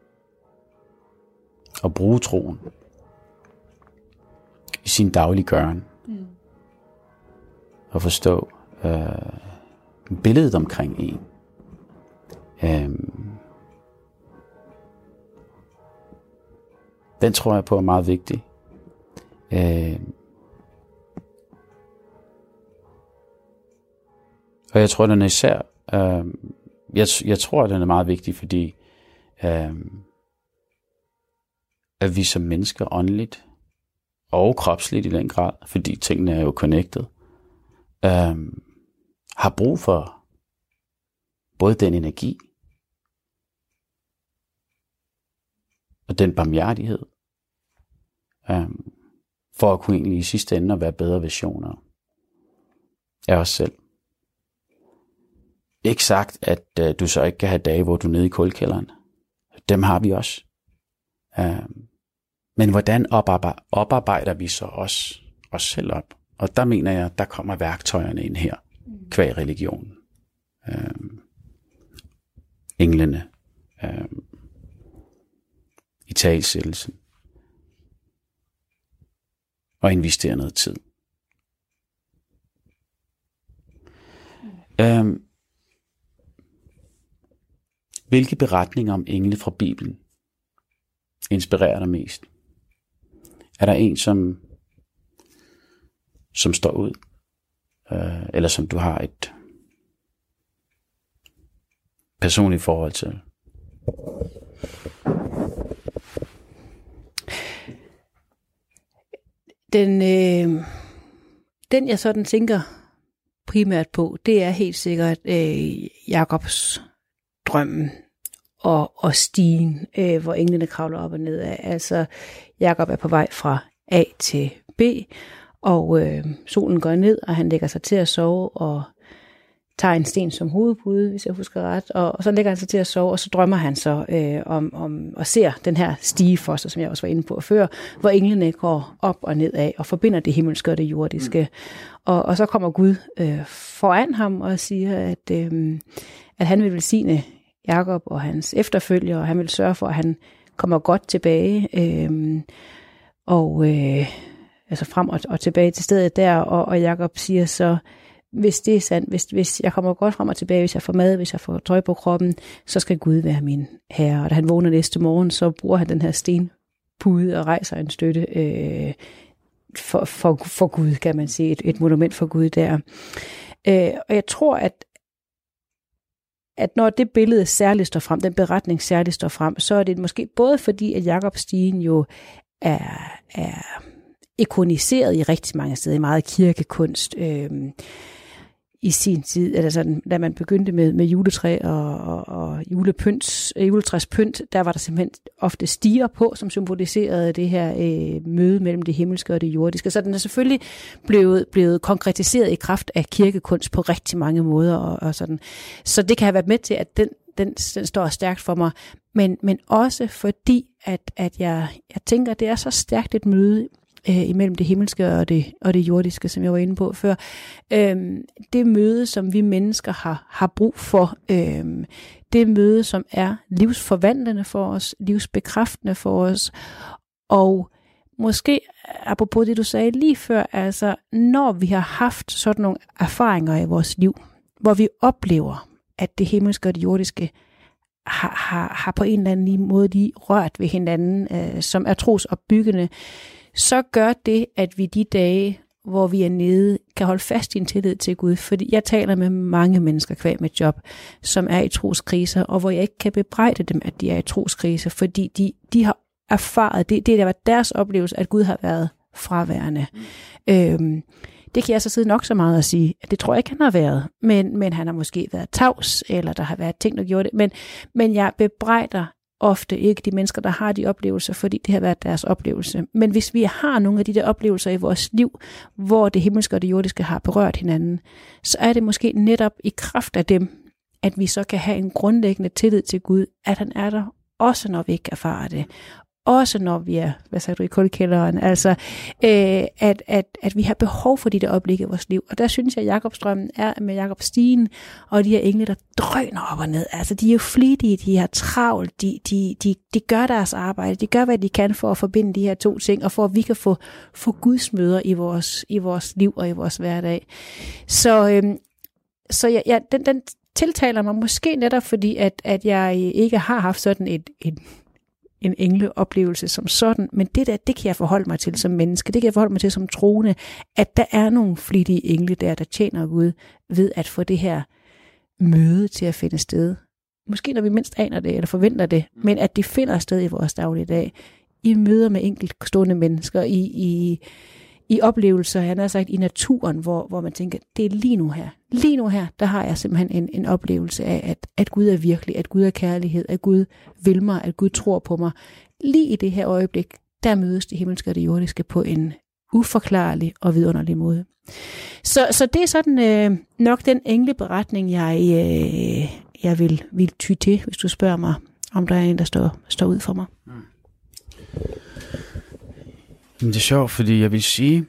at bruge troen i sin daglige gøren. Og forstå billedet omkring en. Den tror jeg på er meget vigtig. Og jeg tror, den er især... Jeg tror, den er meget vigtig, fordi at vi som mennesker åndeligt og kropsligt i den grad, fordi tingene er jo connected, har brug for både den energi og den barmhjertighed, for at kunne egentlig i sidste ende at være bedre versioner af os selv. Ikke sagt, at du så ikke kan have dage, hvor du er nede i kulkælderen. Dem har vi også. Men hvordan oparbejder vi så os selv op? Og der mener jeg, der kommer værktøjerne ind her, kvæg religionen. Englene. Italesættelsen. Og investere noget tid. Hvilke beretninger om engle fra Bibelen inspirerer dig mest? Er der en, som står ud? Eller som du har et personligt forhold til? Den jeg sådan tænker primært på, det er helt sikkert Jakobs drømmen og stigen, hvor englene kravler op og ned af. Altså, Jakob er på vej fra A til B, og solen går ned, og han lægger sig til at sove, og tager en sten som hovedpude, hvis jeg husker ret, og så lægger han sig til at sove, og så drømmer han så om og ser den her stige for sig, som jeg også var inde på før, hvor englene går op og ned af, og forbinder det himmelske og det jordiske. Og så kommer Gud foran ham og siger, at han vil velsigne Jakob og hans efterfølgere, og han vil sørge for, at han kommer godt tilbage, altså frem og tilbage til stedet der, og Jakob siger så, hvis det er sandt, hvis jeg kommer godt frem og tilbage, hvis jeg får mad, hvis jeg får tøj på kroppen, så skal Gud være min herre. Og da han vågner næste morgen, så bruger han den her stenpude og rejser en støtte for Gud, kan man sige, et monument for Gud der. Og jeg tror, at når det billede særligt står frem, den beretning særligt står frem, så er det måske både fordi, at Jakobstigen jo er ikoniseret i rigtig mange steder, i meget kirkekunst i sin tid, eller sådan, da man begyndte med juletræ og juletræspynt, der var der simpelthen ofte stiger på, som symboliserede det her møde mellem det himmelske og det jordiske. Så den er selvfølgelig blevet konkretiseret i kraft af kirkekunst på rigtig mange måder og sådan. Så det kan have været med til, at den står stærkt for mig, men også fordi, at jeg tænker, at det er så stærkt et møde imellem det himmelske og det jordiske, som jeg var inde på før. Det møde, som vi mennesker har brug for, det møde, som er livsforvandlende for os, livsbekræftende for os, og måske, apropos det du sagde lige før, altså når vi har haft sådan nogle erfaringer i vores liv, hvor vi oplever, at det himmelske og det jordiske har på en eller anden måde lige rørt ved hinanden, som er trosopbyggende, så gør det, at vi de dage, hvor vi er nede, kan holde fast i en tillid til Gud. Fordi jeg taler med mange mennesker kvad med job, som er i troskriser, og hvor jeg ikke kan bebrejde dem, at de er i troskriser, fordi de har erfaret, det har været deres oplevelse, at Gud har været fraværende. Det kan jeg så sidde nok så meget at sige, at det tror jeg ikke, han har været. Men han har måske været tavs, eller der har været ting, der gjorde det. Men jeg bebrejder ofte ikke de mennesker, der har de oplevelser, fordi det har været deres oplevelse. Men hvis vi har nogle af de der oplevelser i vores liv, hvor det himmelske og det jordiske har berørt hinanden, så er det måske netop i kraft af dem, at vi så kan have en grundlæggende tillid til Gud, at han er der, også når vi ikke erfarer det. også når vi er, hvad sagde du, i kulkælderen, altså at vi har behov for de der øjeblikke i vores liv. Og der synes jeg, at Jakobsdrømmen er med Jakob Stien og de her engle, der drøner op og ned. Altså de er jo flittige, de har travlt, de gør deres arbejde, de gør, hvad de kan for at forbinde de her to ting, og for at vi kan få Guds møder i vores liv og i vores hverdag. Så den tiltaler mig måske netop fordi, at jeg ikke har haft sådan en engleoplevelse som sådan, men det kan jeg forholde mig til som menneske, det kan jeg forholde mig til som troende, at der er nogle flittige engle der tjener Gud ved at få det her møde til at finde sted. Måske når vi mindst aner det, eller forventer det, men at det finder sted i vores dagligdag, i møder med enkeltstående mennesker, i oplevelser, han har sagt, i naturen, hvor man tænker, det er lige nu her. Lige nu her, der har jeg simpelthen en oplevelse af, at Gud er virkelig, at Gud er kærlighed, at Gud vil mig, at Gud tror på mig. Lige i det her øjeblik, der mødes det himmelske og det jordiske på en uforklarlig og vidunderlig måde. Så det er sådan nok den engleberetning, jeg vil ty til, hvis du spørger mig, om der er en, der står ud for mig. Men det er sjovt, fordi jeg vil sige,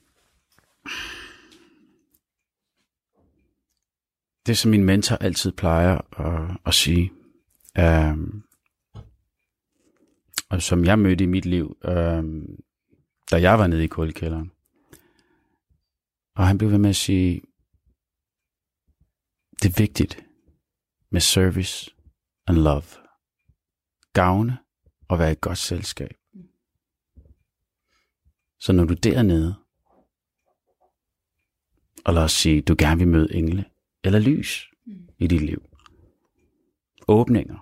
det som min mentor altid plejer at sige, og som jeg mødte i mit liv, da jeg var nede i kuldekælderen. Og han blev ved med at sige, det er vigtigt med service and love. Gavne og være et godt selskab. Så når du er dernede, og lad os sige, du gerne vil møde engle, eller lys i dit liv. Åbninger.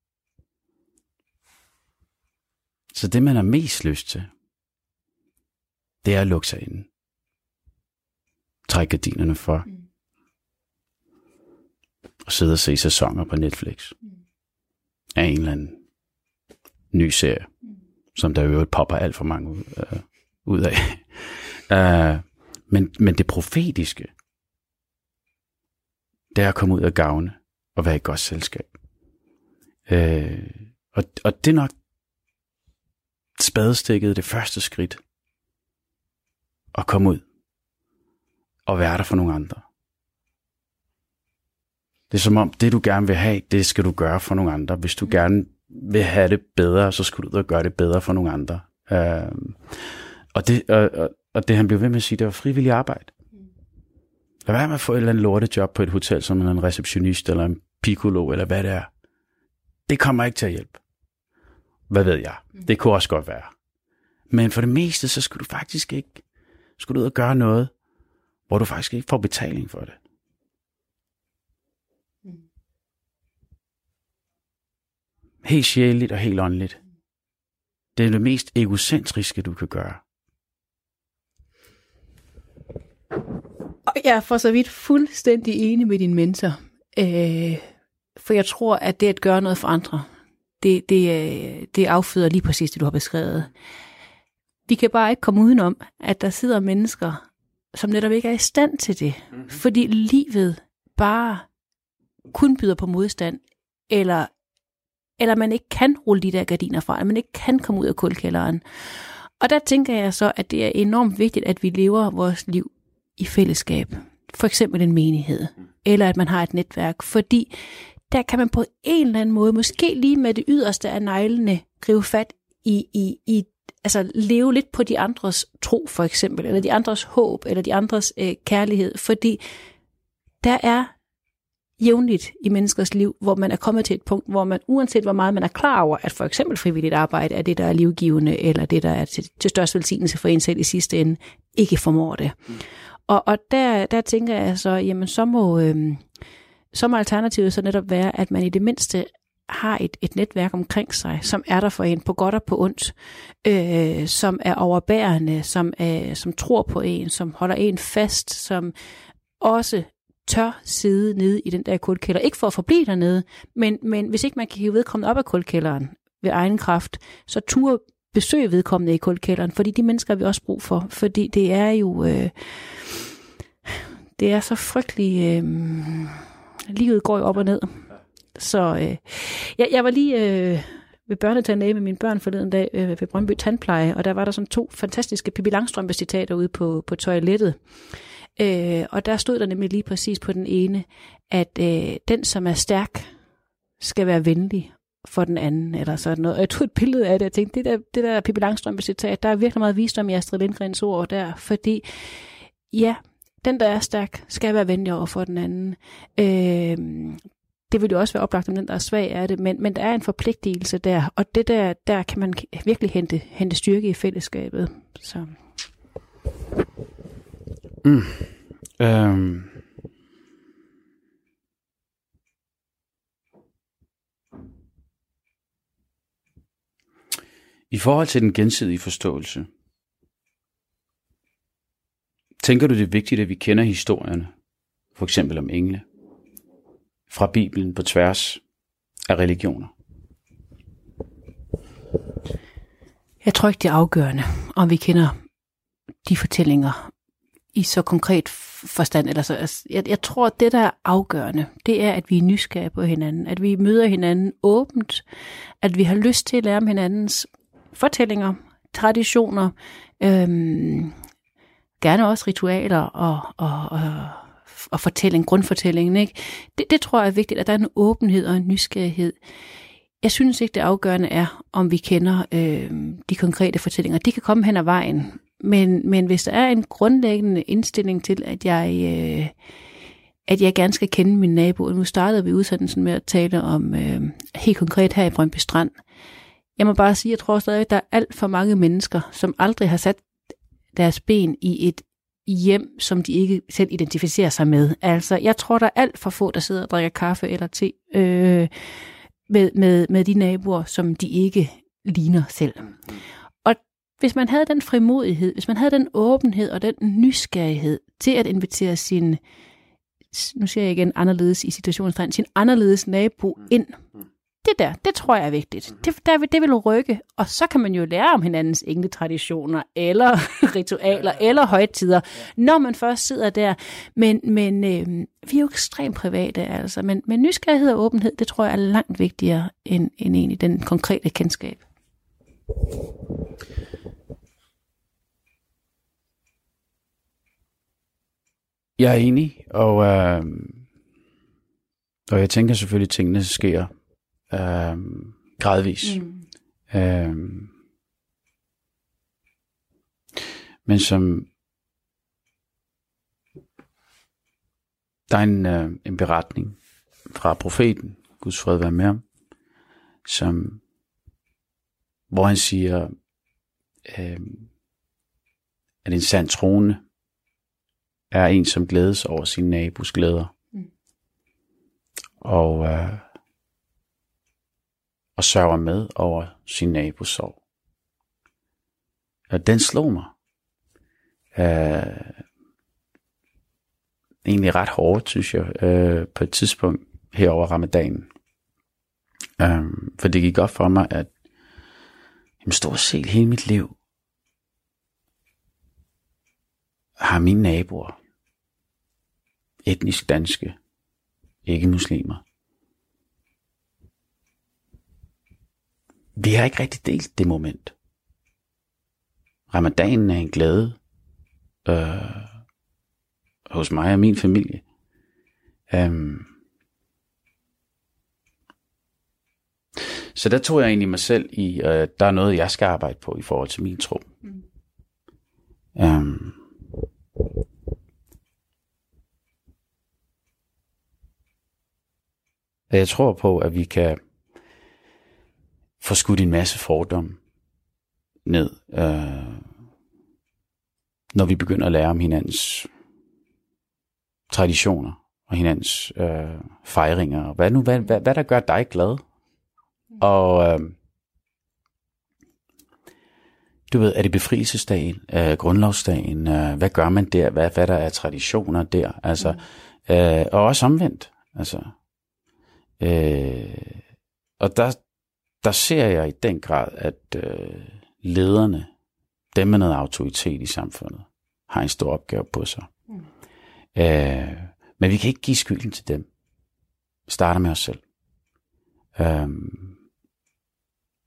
Så det, man har mest lyst til, det er at lukke sig inde. Trække gardinerne for. Og sidde og se sæsoner på Netflix. Af en eller anden ny serie, som der jo popper alt for mange ud af. Men det profetiske, det er at komme ud af gavne og være i godt selskab. Og det er nok spadestikket, det første skridt, at komme ud og være der for nogle andre. Det er som om, det du gerne vil have, det skal du gøre for nogle andre. Hvis du gerne vil have det bedre, så skal du ud og gøre det bedre for nogle andre. Og det han blev ved med at sige, det var frivillig arbejde. Lad være med at få et eller andet lortejob på et hotel, som en receptionist eller en piccolo, eller hvad det er. Det kommer ikke til at hjælpe. Hvad ved jeg? Det kunne også godt være. Men for det meste, så skulle du ud og gøre noget, hvor du faktisk ikke får betaling for det. Helt sjæleligt og helt åndeligt. Det er det mest egocentriske, du kan gøre. Og jeg er for så vidt fuldstændig enig med din mentor. For jeg tror, at det at gøre noget for andre, det afføder lige præcis det, du har beskrevet. Vi kan bare ikke komme udenom, at der sidder mennesker, som netop ikke er i stand til det. Fordi livet bare kun byder på modstand, eller man ikke kan rulle de der gardiner fra, at man ikke kan komme ud af kuldekælderen. Og der tænker jeg så, at det er enormt vigtigt, at vi lever vores liv i fællesskab. For eksempel en menighed, eller at man har et netværk, fordi der kan man på en eller anden måde, måske lige med det yderste af neglene, gribe fat i altså leve lidt på de andres tro, for eksempel, eller de andres håb, eller de andres kærlighed, fordi der er jævnligt i menneskers liv, hvor man er kommet til et punkt, hvor man, uanset hvor meget man er klar over, at for eksempel frivilligt arbejde er det, der er livgivende, eller det, der er til størst velsignelse for en selv i sidste ende, ikke formår det. Og der tænker jeg så, jamen så må alternativet så netop være, at man i det mindste har et netværk omkring sig, som er der for en på godt og på ondt, som er overbærende, som tror på en, som holder en fast, som også tør sidde nede i den der kuldekælder. Ikke for at forblive dernede, men hvis ikke man kan hive vedkommende op af kuldekælderen ved egen kraft, så turde besøge vedkommende i kuldekælderen, fordi de mennesker har vi også brug for. Fordi det er jo det er så frygteligt. Livet går jo op og ned. Så jeg var lige ved børnetandlæge med mine børn forleden dag ved Brøndby Tandpleje, og der var der sådan 2 fantastiske Pippi Langstrømpe-citater ude på toilettet. Og der stod der nemlig lige præcis på den ene, at den, som er stærk, skal være venlig for den anden, eller sådan noget. Og jeg tog et billede af det, og tænkte, det der Pippi Langstrømpe-citat, der er virkelig meget visdom i Astrid Lindgrens ord der, fordi ja, den, der er stærk, skal være venlig over for den anden. Det vil jo også være oplagt, om den, der er svag, er det, men der er en forpligtelse der, og det der kan man virkelig hente styrke i fællesskabet. Så. I forhold til den gensidige forståelse, tænker du, det er vigtigt, at vi kender historierne, for eksempel om engle, fra Bibelen på tværs af religioner? Jeg tror ikke, det er afgørende, om vi kender de fortællinger i så konkret forstand. Eller så, jeg tror, at det, der er afgørende, det er, at vi er nysgerrige på hinanden, at vi møder hinanden åbent, at vi har lyst til at lære om hinandens fortællinger, traditioner, gerne også ritualer og fortælling, grundfortællingen. Ikke? Det tror jeg er vigtigt, at der er en åbenhed og en nysgerrighed. Jeg synes ikke, det afgørende er, om vi kender de konkrete fortællinger. De kan komme hen ad vejen, men hvis der er en grundlæggende indstilling til, at jeg gerne skal kende min nabo, og nu startede vi udsendelsen med at tale om helt konkret her i Brøndby Strand. Jeg må bare sige, jeg tror stadig, at der er alt for mange mennesker, som aldrig har sat deres ben i et hjem, som de ikke selv identificerer sig med. Altså, jeg tror, der er alt for få, der sidder og drikker kaffe eller te med de naboer, som de ikke ligner selv. Og hvis man havde den frimodighed, hvis man havde den åbenhed og den nysgerrighed til at invitere sin, nu siger jeg igen anderledes i situationstegn, sin anderledes nabo ind, det tror jeg er vigtigt. Det vil vi og så kan man jo lære om hinandens engletraditioner, eller ritualer, eller højtider, når man først sidder der. Men vi er jo ekstremt private, altså. Men nysgerrighed og åbenhed, det tror jeg er langt vigtigere end egentlig den konkrete kendskab. Jeg er enig, og jeg tænker selvfølgelig, at tingene sker gradvis. Men som der er en beretning fra profeten, Guds fred være med ham, hvor han siger, at en sand troende er en, som glædes over sin nabos glæder. Og sørger med over sin nabos sorg. Og den slog mig. Egentlig ret hårdt, synes jeg, på et tidspunkt her over ramadanen. For det gik op for mig, at stort set hele mit liv har mine naboer, etnisk danske, ikke muslimer, vi har ikke rigtig delt det moment. Ramadanen er en glæde hos mig og min familie. Så der tog jeg egentlig mig selv i, der er noget, jeg skal arbejde på i forhold til min tro. Jeg tror på, at vi kan få skudt en masse fordomme ned, når vi begynder at lære om hinandens traditioner og hinandens fejringer. Og hvad der gør dig glad? Og du ved, er det befrielsesdagen, grundlovsdagen, hvad gør man der, hvad der er traditioner der, altså, og også omvendt, altså. Og der ser jeg i den grad, at lederne, dem med noget autoritet i samfundet, har en stor opgave på sig. Men vi kan ikke give skylden til dem. Vi starter med os selv.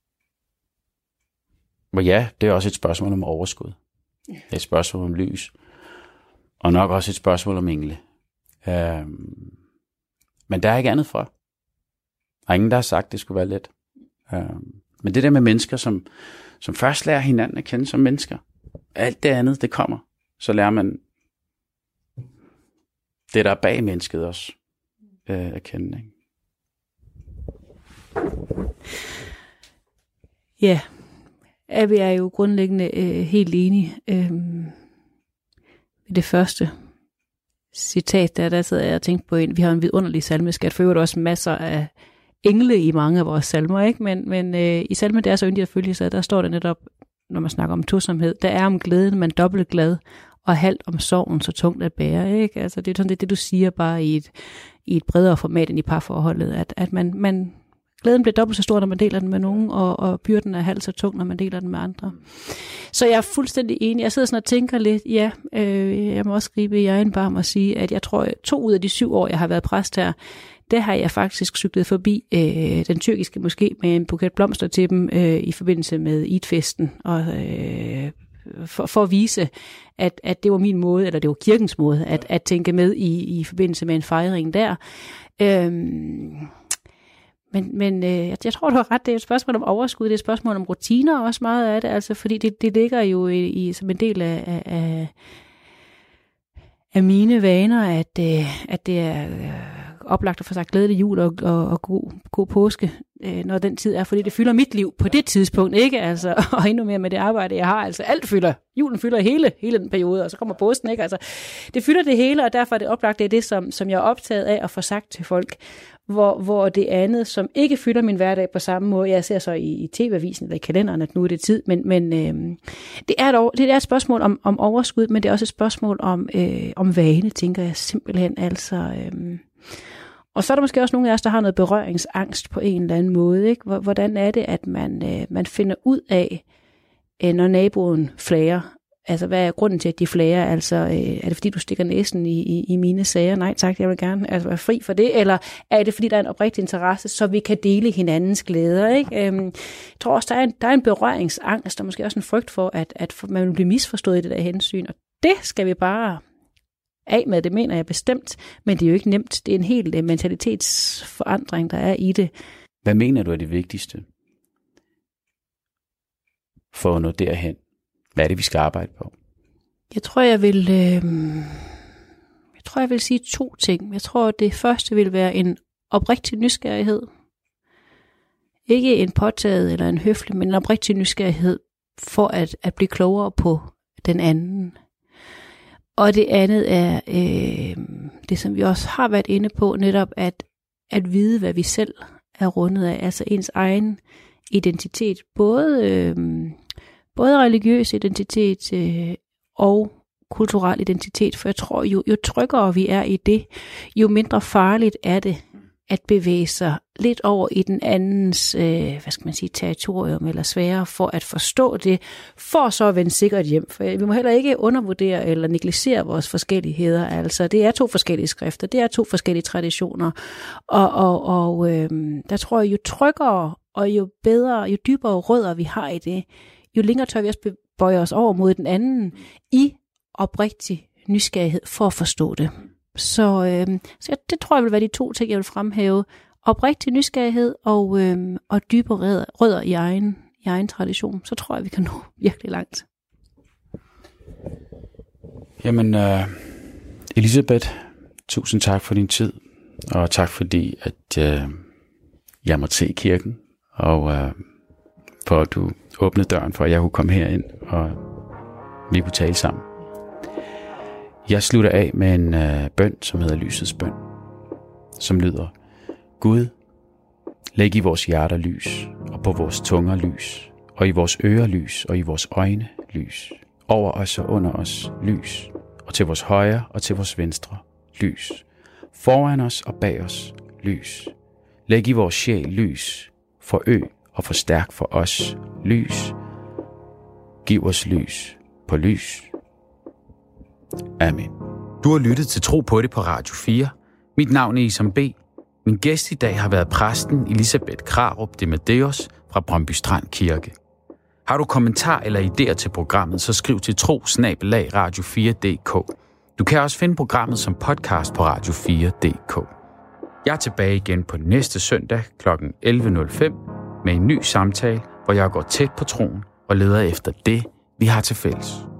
Og ja, det er også et spørgsmål om overskud. Det er et spørgsmål om lys. Og nok også et spørgsmål om engle. Men der er ikke andet for. Der er ingen, der har sagt, at det skulle være let. Men det der med mennesker, som først lærer hinanden at kende som mennesker. Alt det andet, det kommer. Så lærer man det, der er bag mennesket også at kende. Ikke? Ja, Abby er jo grundlæggende helt enige. Det første citat, der sidder jeg og tænkte på vi har en vidunderlig salmeskat, for øvrigt også masser af engle i mange af vores salmer, ikke? Men i salmen, det er så yndigt at følge sig, der står det netop, når man snakker om tosomhed, der er om glæden, man dobbelt glad, og halvt om sorgen, så tungt at bære, ikke? Altså, det er sådan det du siger bare i et bredere format end i parforholdet, at man glæden bliver dobbelt så stor, når man deler den med nogen, og byrden er halvt så tung, når man deler den med andre. Så jeg er fuldstændig enig. Jeg sidder sådan og tænker lidt, jeg må også gribe i egen barm og sige, at jeg tror, 2 ud af de 7 år, jeg har været præst her, der har jeg faktisk cyklet forbi den tyrkiske moské med en buket blomster til dem i forbindelse med Eid-festen, og for at vise, at det var min måde, eller det var kirkens måde, at tænke med i forbindelse med en fejring der. Men jeg tror, du har ret. Det er et spørgsmål om overskud, det er et spørgsmål om rutiner også meget af det, altså, fordi det ligger jo som en del af mine vaner, at det er oplagt at få sagt glædelig jul og god påske, når den tid er, fordi det fylder mit liv på det tidspunkt, ikke? Altså, og endnu mere med det arbejde, jeg har. Altså, alt fylder. Julen fylder hele den periode, og så kommer påsken, ikke? Altså, det fylder det hele, og derfor er det oplagt, det er det, som jeg er optaget af at få sagt til folk. Hvor det andet, som ikke fylder min hverdag på samme måde, jeg ser så i TV-avisen eller i kalenderen, at nu er det tid, men det er et spørgsmål om overskud, men det er også et spørgsmål om vane, tænker jeg simpelthen. Altså, og så er der måske også nogle af os, der har noget berøringsangst på en eller anden måde. Ikke? Hvordan er det, at man finder ud af, når naboen flager? Altså, hvad er grunden til, at de flager? Altså, er det fordi, du stikker næsen i mine sager? Nej tak, jeg vil gerne være fri for det. Eller er det fordi, der er en oprigtig interesse, så vi kan dele hinandens glæder? Ikke? Jeg tror også, der er en berøringsangst, og måske også en frygt for, at man vil blive misforstået i det der hensyn. Og det skal vi bare af med, det mener jeg bestemt. Men det er jo ikke nemt. Det er en hel mentalitetsforandring, der er i det. Hvad mener du er det vigtigste for at nå derhen? Hvad er det, vi skal arbejde på? Jeg tror, jeg vil sige 2 ting. Jeg tror, det første vil være en oprigtig nysgerrighed. Ikke en påtaget eller en høflig, men en oprigtig nysgerrighed for at blive klogere på den anden. Og det andet er det, som vi også har været inde på, netop at vide, hvad vi selv er rundet af. Altså ens egen identitet. Både religiøs identitet og kulturel identitet, for jeg tror, jo tryggere vi er i det, jo mindre farligt er det at bevæge sig lidt over i den andens, territorium eller sfære for at forstå det, for så at vende sikkert hjem. For vi må heller ikke undervurdere eller negligere vores forskelligheder. Altså, det er 2 forskellige skrifter, det er 2 forskellige traditioner, og der tror jeg, jo tryggere og jo bedre, jo dybere rødder vi har i det, jo længere tør vi også bøje os over mod den anden i oprigtig nysgerrighed for at forstå det. Så det tror jeg vil være de 2 ting, jeg vil fremhæve. Oprigtig nysgerrighed og dybere rødder i egen tradition. Så tror jeg, vi kan nå virkelig langt. Jamen, Elisabeth, tusind tak for din tid. Og tak fordi, at jeg måtte se kirken. Og for at du åbnede døren, for at jeg kunne komme herind, og vi kunne tale sammen. Jeg slutter af med en bøn, som hedder Lysets bøn, som lyder: Gud, læg i vores hjerter lys, og på vores tunger lys, og i vores ører lys, og i vores øjne lys, over os og under os lys, og til vores højre og til vores venstre lys, foran os og bag os lys. Læg i vores sjæl lys, forøg og forstærk for os lys. Giv os lys på lys. Amen. Du har lyttet til Tro på det på Radio 4. Mit navn er Isam B. Min gæst i dag har været præsten Elisabeth Krarup Demedeus fra Brøndby Strand Kirke. Har du kommentar eller idéer til programmet, så skriv til tro@radio4.dk. Du kan også finde programmet som podcast på radio4.dk. Jeg er tilbage igen på næste søndag kl. 11.05 med en ny samtale, hvor jeg går tæt på troen og leder efter det, vi har til fælles.